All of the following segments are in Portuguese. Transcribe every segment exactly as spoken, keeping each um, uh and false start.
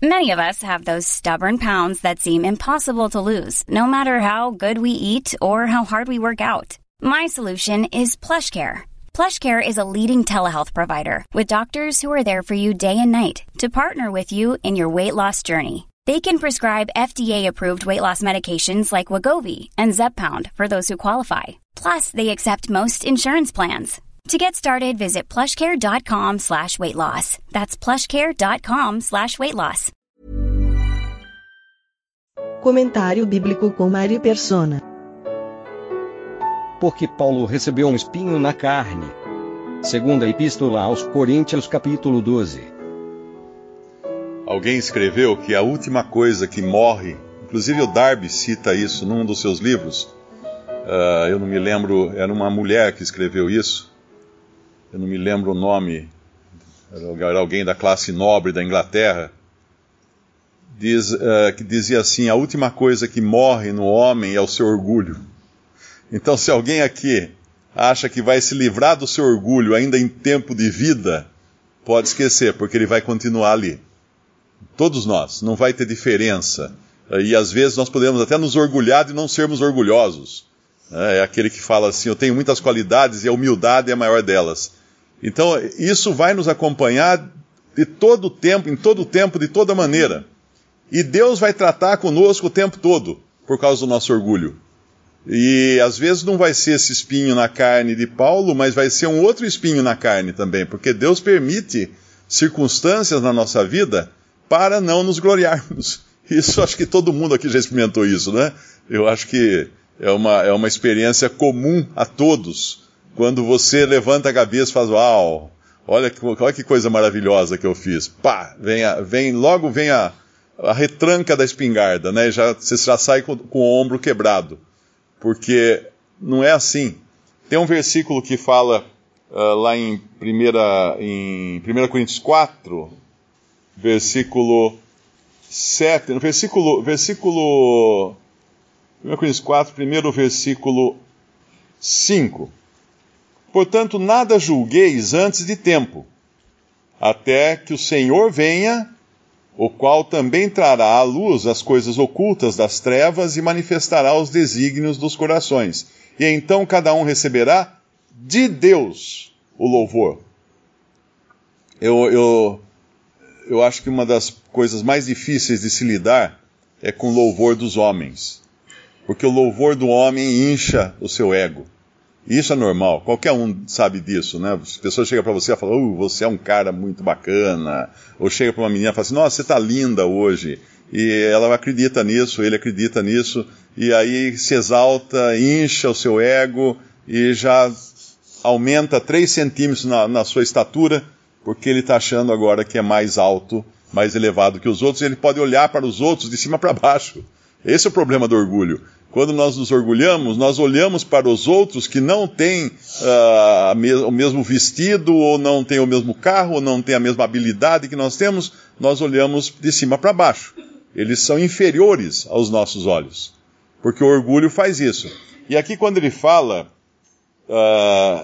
Many of us have those stubborn pounds that seem impossible to lose, no matter how good we eat or how hard we work out. My solution is PlushCare. PlushCare is a leading telehealth provider with doctors who are there for you day and night to partner with you in your weight loss journey. They can prescribe F D A-approved weight loss medications like Wegovy and Zepbound for those who qualify. Plus, they accept most insurance plans. To get started, visit plushcare.com slash weight loss. That's plushcare.com slash weight loss. Comentário bíblico com Mário Persona. Porque Paulo recebeu um espinho na carne. Segunda Epístola aos Coríntios, capítulo doze. Alguém escreveu que a última coisa que morre, inclusive o Darby cita isso num dos seus livros, uh, eu não me lembro, era uma mulher que escreveu isso, eu não me lembro o nome, era alguém da classe nobre da Inglaterra, diz, uh, que dizia assim, a última coisa que morre no homem é o seu orgulho. Então, se alguém aqui acha que vai se livrar do seu orgulho ainda em tempo de vida, pode esquecer, porque ele vai continuar ali. Todos nós, não vai ter diferença. E às vezes nós podemos até nos orgulhar de não sermos orgulhosos. É aquele que fala assim, eu tenho muitas qualidades e a humildade é a maior delas. Então, isso vai nos acompanhar de todo o tempo, em todo o tempo, de toda maneira. E Deus vai tratar conosco o tempo todo, por causa do nosso orgulho. E às vezes não vai ser esse espinho na carne de Paulo, mas vai ser um outro espinho na carne também, porque Deus permite circunstâncias na nossa vida para não nos gloriarmos. Isso, acho que todo mundo aqui já experimentou isso, né? Eu acho que é uma, é uma experiência comum a todos. Quando você levanta a cabeça e faz, uau, olha que, olha que coisa maravilhosa que eu fiz. Pá, vem a, vem, logo vem a, a retranca da espingarda, né? Já, você já sai com, com o ombro quebrado. Porque não é assim. Tem um versículo que fala uh, lá em, primeira, em primeira Coríntios quatro, versículo sete, no versículo, versículo primeira Coríntios quatro, primeiro versículo cinco. Portanto, nada julgueis antes de tempo, até que o Senhor venha, o qual também trará à luz as coisas ocultas das trevas e manifestará os desígnios dos corações. E então cada um receberá de Deus o louvor. Eu, eu, eu acho que uma das coisas mais difíceis de se lidar é com o louvor dos homens. Porque o louvor do homem incha o seu ego. E isso é normal, qualquer um sabe disso, né? As pessoas chegam para você e falam, oh, você é um cara muito bacana. Ou chega para uma menina e fala assim, nossa, você está linda hoje. E ela acredita nisso, ele acredita nisso, e aí se exalta, incha o seu ego, e já aumenta três centímetros na, na sua estatura, porque ele está achando agora que é mais alto, mais elevado que os outros, e ele pode olhar para os outros de cima para baixo. Esse é o problema do orgulho. Quando nós nos orgulhamos, nós olhamos para os outros que não têm uh, me- o mesmo vestido, ou não têm o mesmo carro, ou não têm a mesma habilidade que nós temos, nós olhamos de cima para baixo. Eles são inferiores aos nossos olhos, porque o orgulho faz isso. E aqui quando ele fala, uh,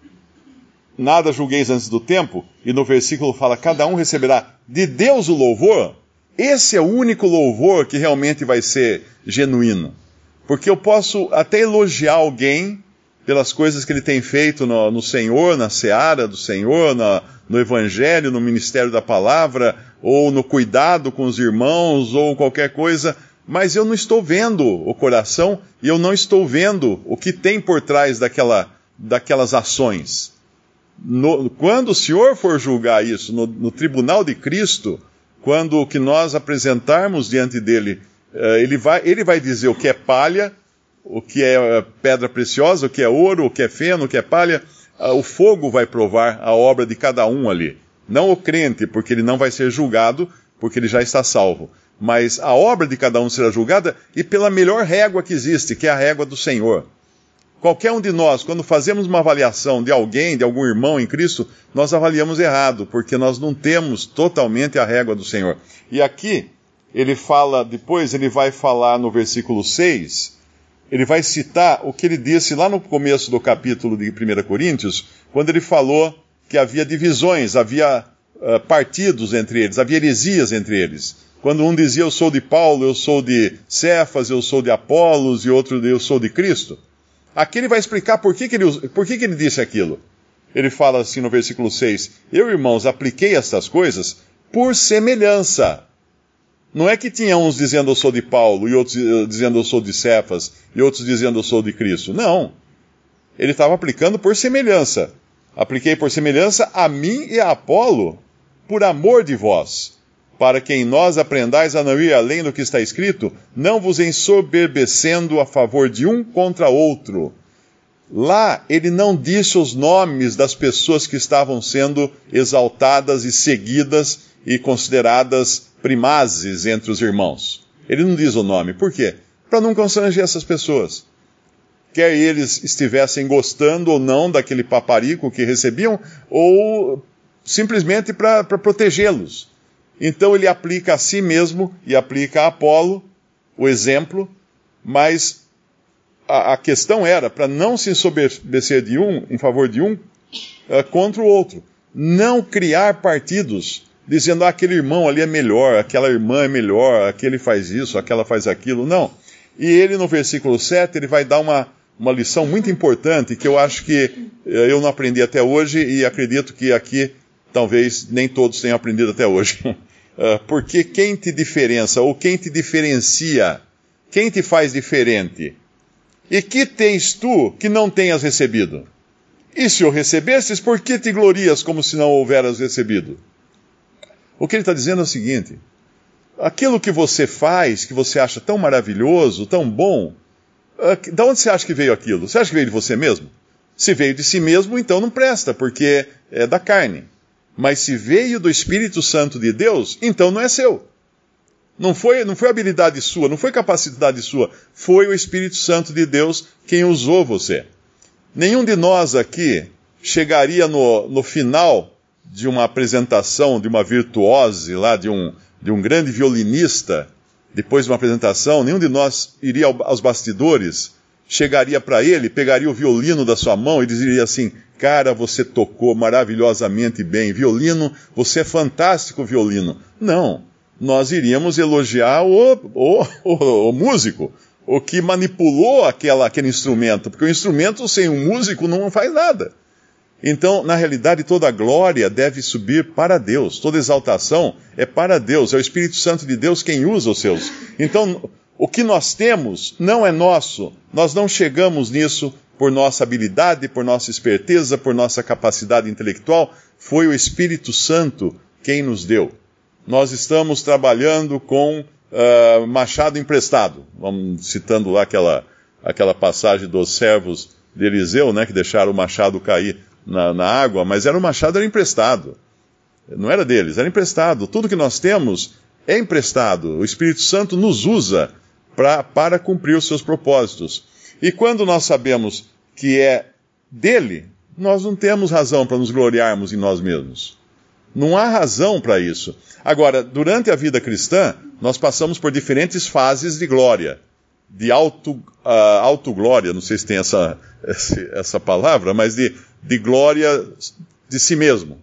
nada julgueis antes do tempo, e no versículo fala, cada um receberá de Deus o louvor, esse é o único louvor que realmente vai ser genuíno. Porque eu posso até elogiar alguém pelas coisas que ele tem feito no, no Senhor, na seara do Senhor, na, no Evangelho, no ministério da palavra, ou no cuidado com os irmãos, ou qualquer coisa, mas eu não estou vendo o coração e eu não estou vendo o que tem por trás daquela, daquelas ações. No, quando o Senhor for julgar isso no, no tribunal de Cristo, quando o que nós apresentarmos diante dele, uh, ele, vai, ele vai dizer o que é palha, o que é pedra preciosa, o que é ouro, o que é feno, o que é palha. Uh, o fogo vai provar a obra de cada um ali. Não o crente, porque ele não vai ser julgado, porque ele já está salvo. Mas a obra de cada um será julgada e pela melhor régua que existe, que é a régua do Senhor. Qualquer um de nós, quando fazemos uma avaliação de alguém, de algum irmão em Cristo, nós avaliamos errado, porque nós não temos totalmente a régua do Senhor. E aqui, ele fala, depois ele vai falar no versículo seis, ele vai citar o que ele disse lá no começo do capítulo de primeira Coríntios, quando ele falou que havia divisões, havia uh, partidos entre eles, havia heresias entre eles. Quando um dizia eu sou de Paulo, eu sou de Cefas, eu sou de Apolos, e outro eu sou de Cristo. Aqui ele vai explicar por que, que, ele, por que, que ele disse aquilo. Ele fala assim no versículo seis, eu, irmãos, apliquei estas coisas por semelhança. Não é que tinha uns dizendo eu sou de Paulo, e outros dizendo eu sou de Cefas, e outros dizendo eu sou de Cristo. Não. Ele estava aplicando por semelhança. Apliquei por semelhança a mim e a Apolo, por amor de vós, para que em nós aprendais a não ir além do que está escrito, não vos ensoberbecendo a favor de um contra outro. Lá ele não disse os nomes das pessoas que estavam sendo exaltadas e seguidas e consideradas primazes entre os irmãos. Ele não diz o nome. Por quê? Para não constranger essas pessoas. Quer eles estivessem gostando ou não daquele paparico que recebiam, ou simplesmente para protegê-los. Então ele aplica a si mesmo e aplica a Apolo o exemplo, mas a, a questão era para não se ensoberbecer de um, em favor de um, uh, contra o outro. Não criar partidos dizendo, ah, aquele irmão ali é melhor, aquela irmã é melhor, aquele faz isso, aquela faz aquilo. Não. E ele no versículo sete, ele vai dar uma, uma lição muito importante que eu acho que uh, eu não aprendi até hoje e acredito que aqui talvez nem todos tenham aprendido até hoje. Uh, porque quem te diferencia, ou quem te diferencia, quem te faz diferente? E que tens tu que não tenhas recebido? E se o recebestes, por que te glorias como se não houveras recebido? O que ele está dizendo é o seguinte, aquilo que você faz, que você acha tão maravilhoso, tão bom, uh, de onde você acha que veio aquilo? Você acha que veio de você mesmo? Se veio de si mesmo, então não presta, porque é da carne. Mas se veio do Espírito Santo de Deus, então não é seu. Não foi, não foi habilidade sua, não foi capacidade sua, foi o Espírito Santo de Deus quem usou você. Nenhum de nós aqui chegaria no, no final de uma apresentação, de uma virtuose, lá, de um, de um grande violinista, depois de uma apresentação, nenhum de nós iria aos bastidores, chegaria para ele, pegaria o violino da sua mão e diria assim, cara, você tocou maravilhosamente bem, violino, você é fantástico, violino. Não, nós iríamos elogiar o, o, o, o músico, o que manipulou aquela, aquele instrumento, porque o instrumento sem um músico não faz nada. Então, na realidade, toda a glória deve subir para Deus, toda exaltação é para Deus, é o Espírito Santo de Deus quem usa os seus. Então, o que nós temos não é nosso, nós não chegamos nisso por nossa habilidade, por nossa esperteza, por nossa capacidade intelectual, foi o Espírito Santo quem nos deu. Nós estamos trabalhando com uh, machado emprestado, vamos citando lá aquela, aquela passagem dos servos de Eliseu, né, que deixaram o machado cair na, na água, mas era o machado era emprestado, não era deles, era emprestado. Tudo que nós temos é emprestado, o Espírito Santo nos usa pra, para cumprir os seus propósitos. E quando nós sabemos que é dele, nós não temos razão para nos gloriarmos em nós mesmos. Não há razão para isso. Agora, durante a vida cristã, nós passamos por diferentes fases de glória, de auto, uh, autoglória, não sei se tem essa, essa palavra, mas de, de glória de si mesmo.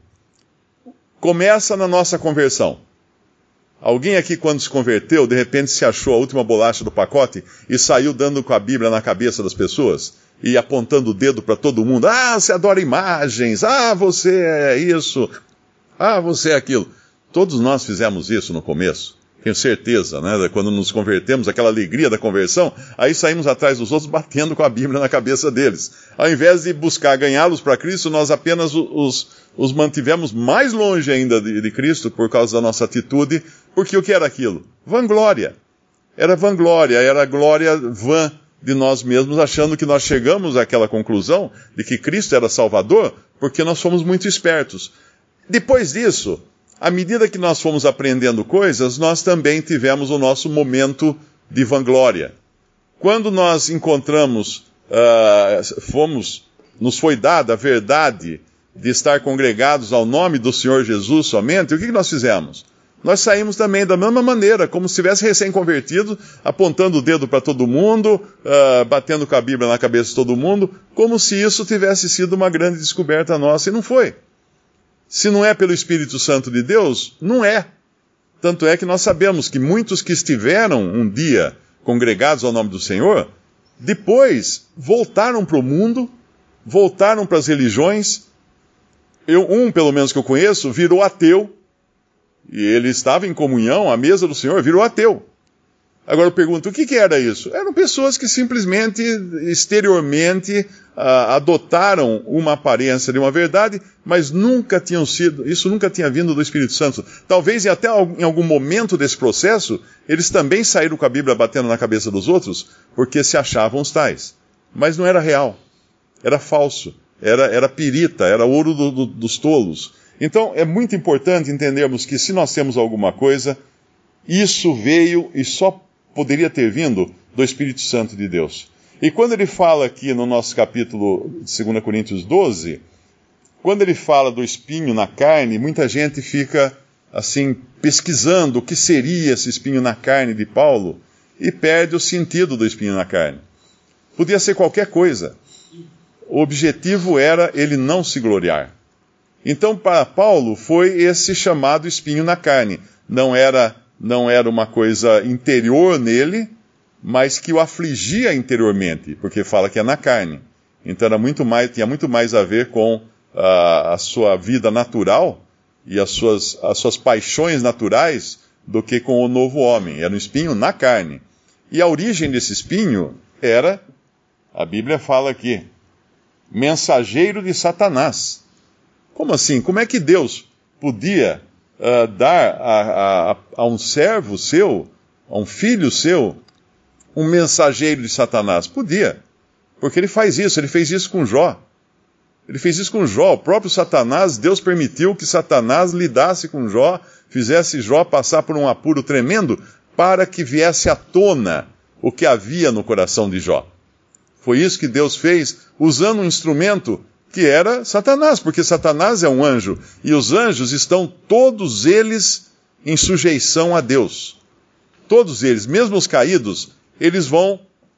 Começa na nossa conversão. Alguém aqui, quando se converteu, de repente se achou a última bolacha do pacote e saiu dando com a Bíblia na cabeça das pessoas e apontando o dedo para todo mundo. Ah, você adora imagens. Ah, você é isso. Ah, você é aquilo. Todos nós fizemos isso no começo. Tenho certeza, né? Quando nos convertemos, aquela alegria da conversão, aí saímos atrás dos outros batendo com a Bíblia na cabeça deles. Ao invés de buscar ganhá-los para Cristo, nós apenas os, os mantivemos mais longe ainda de, de Cristo por causa da nossa atitude, porque o que era aquilo? Vanglória. Era vanglória, era glória vã de nós mesmos, achando que nós chegamos àquela conclusão de que Cristo era Salvador, porque nós fomos muito espertos. Depois disso, à medida que nós fomos aprendendo coisas, nós também tivemos o nosso momento de vanglória. Quando nós encontramos, uh, fomos, nos foi dada a verdade de estar congregados ao nome do Senhor Jesus somente, o que nós fizemos? Nós saímos também da mesma maneira, como se tivesse recém-convertido, apontando o dedo para todo mundo, uh, batendo com a Bíblia na cabeça de todo mundo, como se isso tivesse sido uma grande descoberta nossa, e não foi. Se não é pelo Espírito Santo de Deus, não é. Tanto é que nós sabemos que muitos que estiveram um dia congregados ao nome do Senhor, depois voltaram para o mundo, voltaram para as religiões. Eu, um, pelo menos que eu conheço, virou ateu, e ele estava em comunhão à mesa do Senhor, virou ateu. Agora eu pergunto, o que, que era isso? Eram pessoas que simplesmente, exteriormente, ah, adotaram uma aparência de uma verdade, mas nunca tinham sido, isso nunca tinha vindo do Espírito Santo. Talvez até em algum momento desse processo, eles também saíram com a Bíblia batendo na cabeça dos outros, porque se achavam os tais. Mas não era real, era falso, era, era pirita, era ouro do, do, dos tolos. Então é muito importante entendermos que se nós temos alguma coisa, isso veio e só poderia ter vindo do Espírito Santo de Deus. E quando ele fala aqui no nosso capítulo de dois Coríntios doze, quando ele fala do espinho na carne, muita gente fica assim pesquisando o que seria esse espinho na carne de Paulo e perde o sentido do espinho na carne. Podia ser qualquer coisa. O objetivo era ele não se gloriar. Então, para Paulo, foi esse chamado espinho na carne. Não era... não era uma coisa interior nele, mas que o afligia interiormente, porque fala que é na carne. Então era muito mais, tinha muito mais a ver com uh, a sua vida natural e as suas, as suas paixões naturais do que com o novo homem. Era um espinho na carne. E a origem desse espinho era, a Bíblia fala aqui, mensageiro de Satanás. Como assim? Como é que Deus podia... Uh, dar a, a, a um servo seu, a um filho seu, um mensageiro de Satanás? Podia, porque ele faz isso, ele fez isso com Jó. Ele fez isso com Jó, o próprio Satanás, Deus permitiu que Satanás lidasse com Jó, fizesse Jó passar por um apuro tremendo, para que viesse à tona o que havia no coração de Jó. Foi isso que Deus fez, usando um instrumento que era Satanás, porque Satanás é um anjo, e os anjos estão todos eles em sujeição a Deus. Todos eles, mesmo os caídos, eles vão,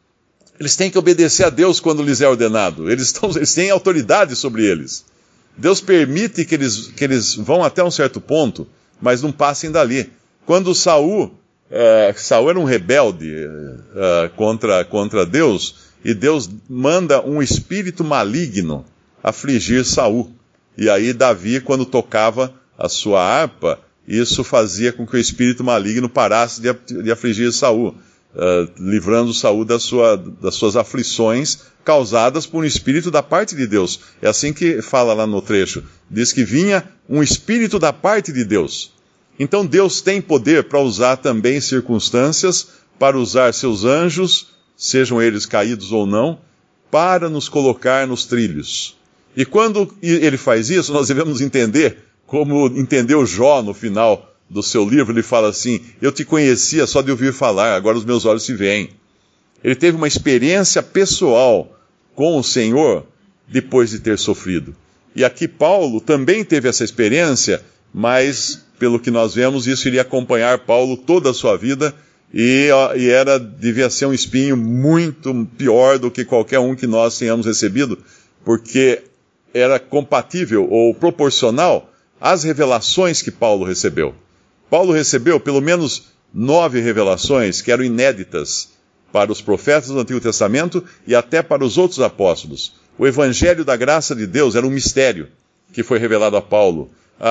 eles têm que obedecer a Deus quando lhes é ordenado. Eles, estão, eles têm autoridade sobre eles. Deus permite que eles, que eles vão até um certo ponto, mas não passem dali. Quando Saul, é, Saul era um rebelde é, contra, contra Deus, e Deus manda um espírito maligno afligir Saul. E aí Davi, quando tocava a sua harpa, isso fazia com que o espírito maligno parasse de, de afligir Saul, uh, livrando Saul da sua, das suas aflições causadas por um espírito da parte de Deus. É assim que fala lá no trecho. Diz que vinha um espírito da parte de Deus. Então Deus tem poder para usar também circunstâncias, para usar seus anjos, sejam eles caídos ou não, para nos colocar nos trilhos. E quando ele faz isso, nós devemos entender, como entendeu Jó no final do seu livro, ele fala assim, eu te conhecia só de ouvir falar, agora os meus olhos se veem. Ele teve uma experiência pessoal com o Senhor depois de ter sofrido. E aqui Paulo também teve essa experiência, mas, pelo que nós vemos, isso iria acompanhar Paulo toda a sua vida, e, e era, devia ser um espinho muito pior do que qualquer um que nós tenhamos recebido, porque era compatível ou proporcional às revelações que Paulo recebeu. Paulo recebeu pelo menos nove revelações que eram inéditas para os profetas do Antigo Testamento e até para os outros apóstolos. O Evangelho da Graça de Deus era um mistério que foi revelado a Paulo.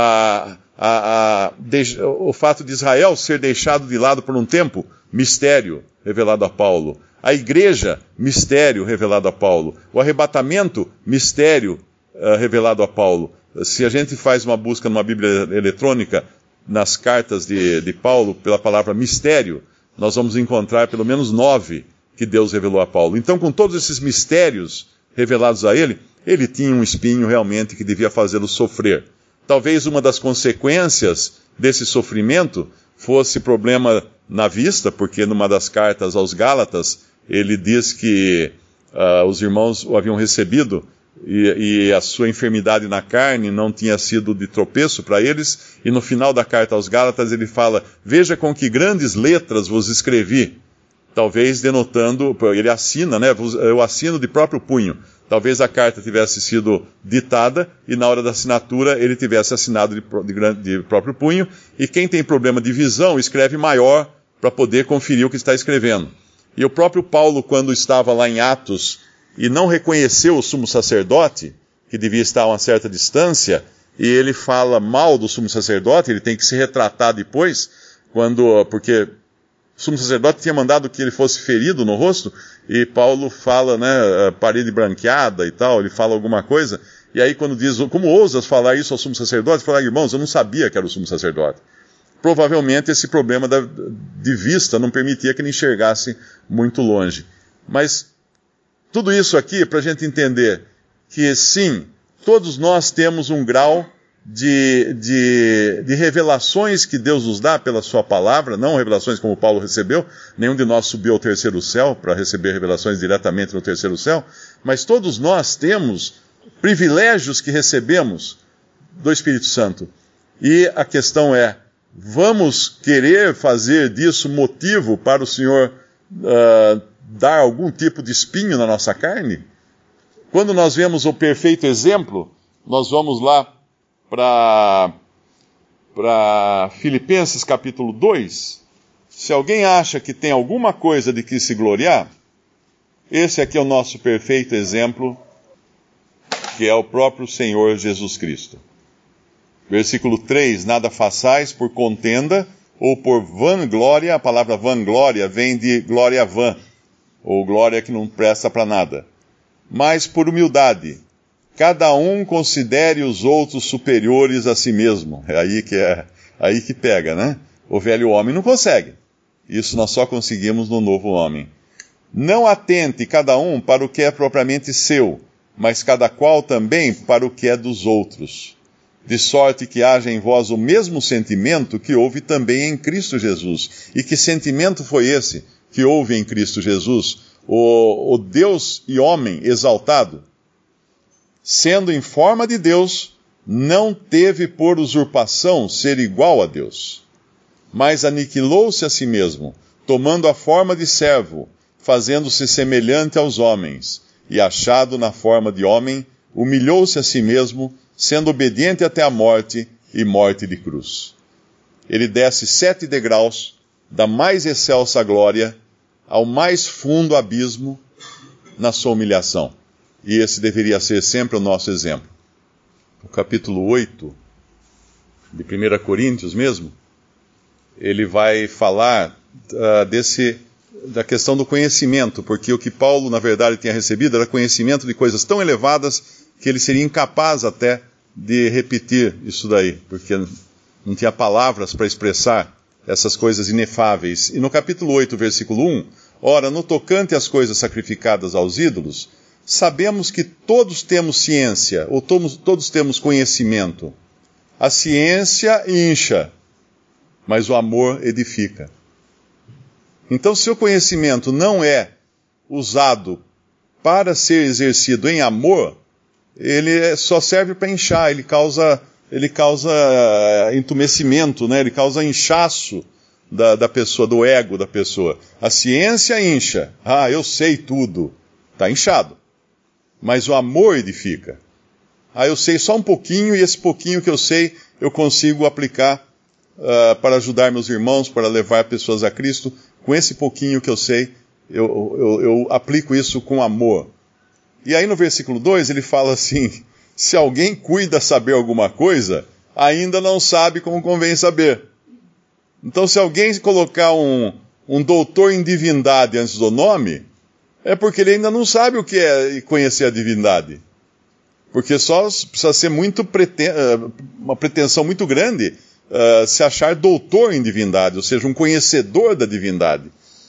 A, a, a, de, o fato de Israel ser deixado de lado por um tempo, mistério revelado a Paulo. A igreja, mistério revelado a Paulo. O arrebatamento, mistério Uh, revelado a Paulo. Se a gente faz uma busca numa Bíblia eletrônica, nas cartas de, de Paulo, pela palavra mistério, nós vamos encontrar pelo menos nove que Deus revelou a Paulo. Então, com todos esses mistérios revelados a ele, ele tinha um espinho realmente que devia fazê-lo sofrer. Talvez uma das consequências desse sofrimento fosse problema na vista, porque numa das cartas aos Gálatas, ele diz que uh, os irmãos o haviam recebido E, e a sua enfermidade na carne não tinha sido de tropeço para eles, e no final da carta aos Gálatas ele fala, veja com que grandes letras vos escrevi, talvez denotando, ele assina, né? Eu assino de próprio punho. Talvez a carta tivesse sido ditada e na hora da assinatura ele tivesse assinado de, de, de próprio punho, e quem tem problema de visão escreve maior para poder conferir o que está escrevendo. E o próprio Paulo, quando estava lá em Atos e não reconheceu o sumo sacerdote, que devia estar a uma certa distância, e ele fala mal do sumo sacerdote, ele tem que se retratar depois, quando, porque o sumo sacerdote tinha mandado que ele fosse ferido no rosto, e Paulo fala, né, parede branqueada e tal, ele fala alguma coisa, e aí quando diz, como ousas falar isso ao sumo sacerdote? Falar, irmãos, eu não sabia que era o sumo sacerdote. Provavelmente esse problema da, de vista não permitia que ele enxergasse muito longe. Mas tudo isso aqui é para a gente entender que sim, todos nós temos um grau de, de, de revelações que Deus nos dá pela sua palavra, não revelações como Paulo recebeu, nenhum de nós subiu ao terceiro céu para receber revelações diretamente no terceiro céu, mas todos nós temos privilégios que recebemos do Espírito Santo. E a questão é, vamos querer fazer disso motivo para o Senhor uh, dar algum tipo de espinho na nossa carne? Quando nós vemos o perfeito exemplo, nós vamos lá para para Filipenses capítulo dois. Se alguém acha que tem alguma coisa de que se gloriar, esse aqui é o nosso perfeito exemplo, que é o próprio Senhor Jesus Cristo. Versículo três, nada façais por contenda ou por vanglória. A palavra vanglória vem de glória vã, ou glória que não presta para nada. Mas por humildade, cada um considere os outros superiores a si mesmo. É aí que, é, aí que pega, né? O velho homem não consegue. Isso nós só conseguimos no novo homem. Não atente cada um para o que é propriamente seu, mas cada qual também para o que é dos outros. De sorte que haja em vós o mesmo sentimento que houve também em Cristo Jesus. E que sentimento foi esse que houve em Cristo Jesus? O, o Deus e homem exaltado, sendo em forma de Deus, não teve por usurpação ser igual a Deus, mas aniquilou-se a si mesmo, tomando a forma de servo, fazendo-se semelhante aos homens, e achado na forma de homem, humilhou-se a si mesmo, sendo obediente até a morte, e morte de cruz. Ele desce sete degraus, da mais excelsa glória, ao mais fundo abismo, na sua humilhação. E esse deveria ser sempre o nosso exemplo. O capítulo oito, de primeira Coríntios mesmo, ele vai falar uh, desse, da questão do conhecimento, porque o que Paulo, na verdade, tinha recebido era conhecimento de coisas tão elevadas que ele seria incapaz até de repetir isso daí, porque não tinha palavras para expressar essas coisas inefáveis. E no capítulo oito, versículo um, ora, no tocante às coisas sacrificadas aos ídolos, sabemos que todos temos ciência, ou todos, todos temos conhecimento. A ciência incha, mas o amor edifica. Então, se o conhecimento não é usado para ser exercido em amor, ele só serve para inchar, ele causa, ele causa entumecimento, né? Ele causa inchaço da, da pessoa, do ego da pessoa. A ciência incha, ah, eu sei tudo, está inchado. Mas o amor edifica. Ah, eu sei só um pouquinho, e esse pouquinho que eu sei, eu consigo aplicar uh, para ajudar meus irmãos, para levar pessoas a Cristo. Com esse pouquinho que eu sei, eu, eu, eu aplico isso com amor. E aí no versículo dois ele fala assim, se alguém cuida saber alguma coisa, ainda não sabe como convém saber. Então se alguém colocar um, um doutor em divindade antes do nome, é porque ele ainda não sabe o que é conhecer a divindade. Porque só precisa ser muito preten- uma pretensão muito grande uh, se achar doutor em divindade, ou seja, um conhecedor da divindade.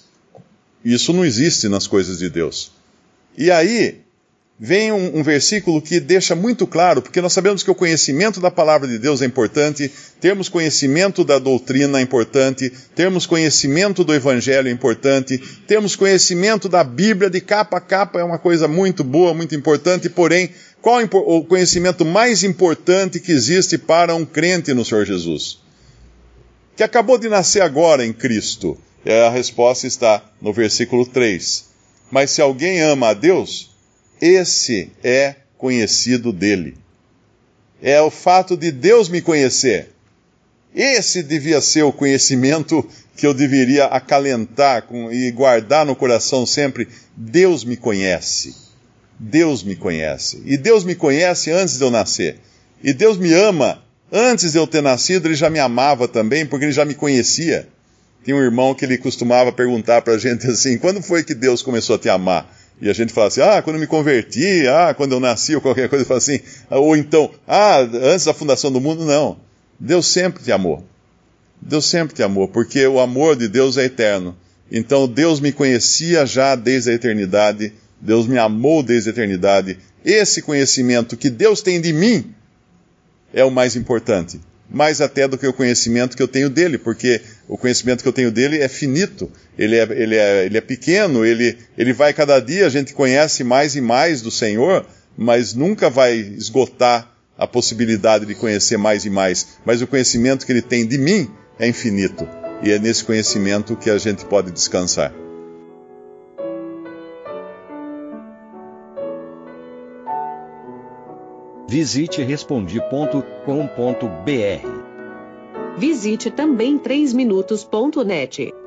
Isso não existe nas coisas de Deus. E aí vem um, um versículo que deixa muito claro, porque nós sabemos que o conhecimento da palavra de Deus é importante, termos conhecimento da doutrina é importante, termos conhecimento do evangelho é importante, termos conhecimento da Bíblia de capa a capa é uma coisa muito boa, muito importante, porém, qual é o conhecimento mais importante que existe para um crente no Senhor Jesus? Que acabou de nascer agora em Cristo. A resposta está no versículo três. Mas se alguém ama a Deus, esse é conhecido dele. É o fato de Deus me conhecer. Esse devia ser o conhecimento que eu deveria acalentar com, e guardar no coração sempre. Deus me conhece. Deus me conhece. E Deus me conhece antes de eu nascer. E Deus me ama antes de eu ter nascido. Ele já me amava também, porque ele já me conhecia. Tinha um irmão que ele costumava perguntar pra gente assim, quando foi que Deus começou a te amar? E a gente fala assim, ah, quando eu me converti, ah, quando eu nasci, ou qualquer coisa, fala assim, ou então, ah, antes da fundação do mundo, não. Deus sempre te amou. Deus sempre te amou, porque o amor de Deus é eterno. Então Deus me conhecia já desde a eternidade, Deus me amou desde a eternidade. Esse conhecimento que Deus tem de mim é o mais importante. Mais até do que o conhecimento que eu tenho dele, porque o conhecimento que eu tenho dele é finito, ele é, ele é, ele é pequeno, ele, ele vai cada dia, a gente conhece mais e mais do Senhor, mas nunca vai esgotar a possibilidade de conhecer mais e mais. Mas o conhecimento que ele tem de mim é infinito, e é nesse conhecimento que a gente pode descansar. Visite respondi ponto com ponto br. Visite também três minutos ponto net.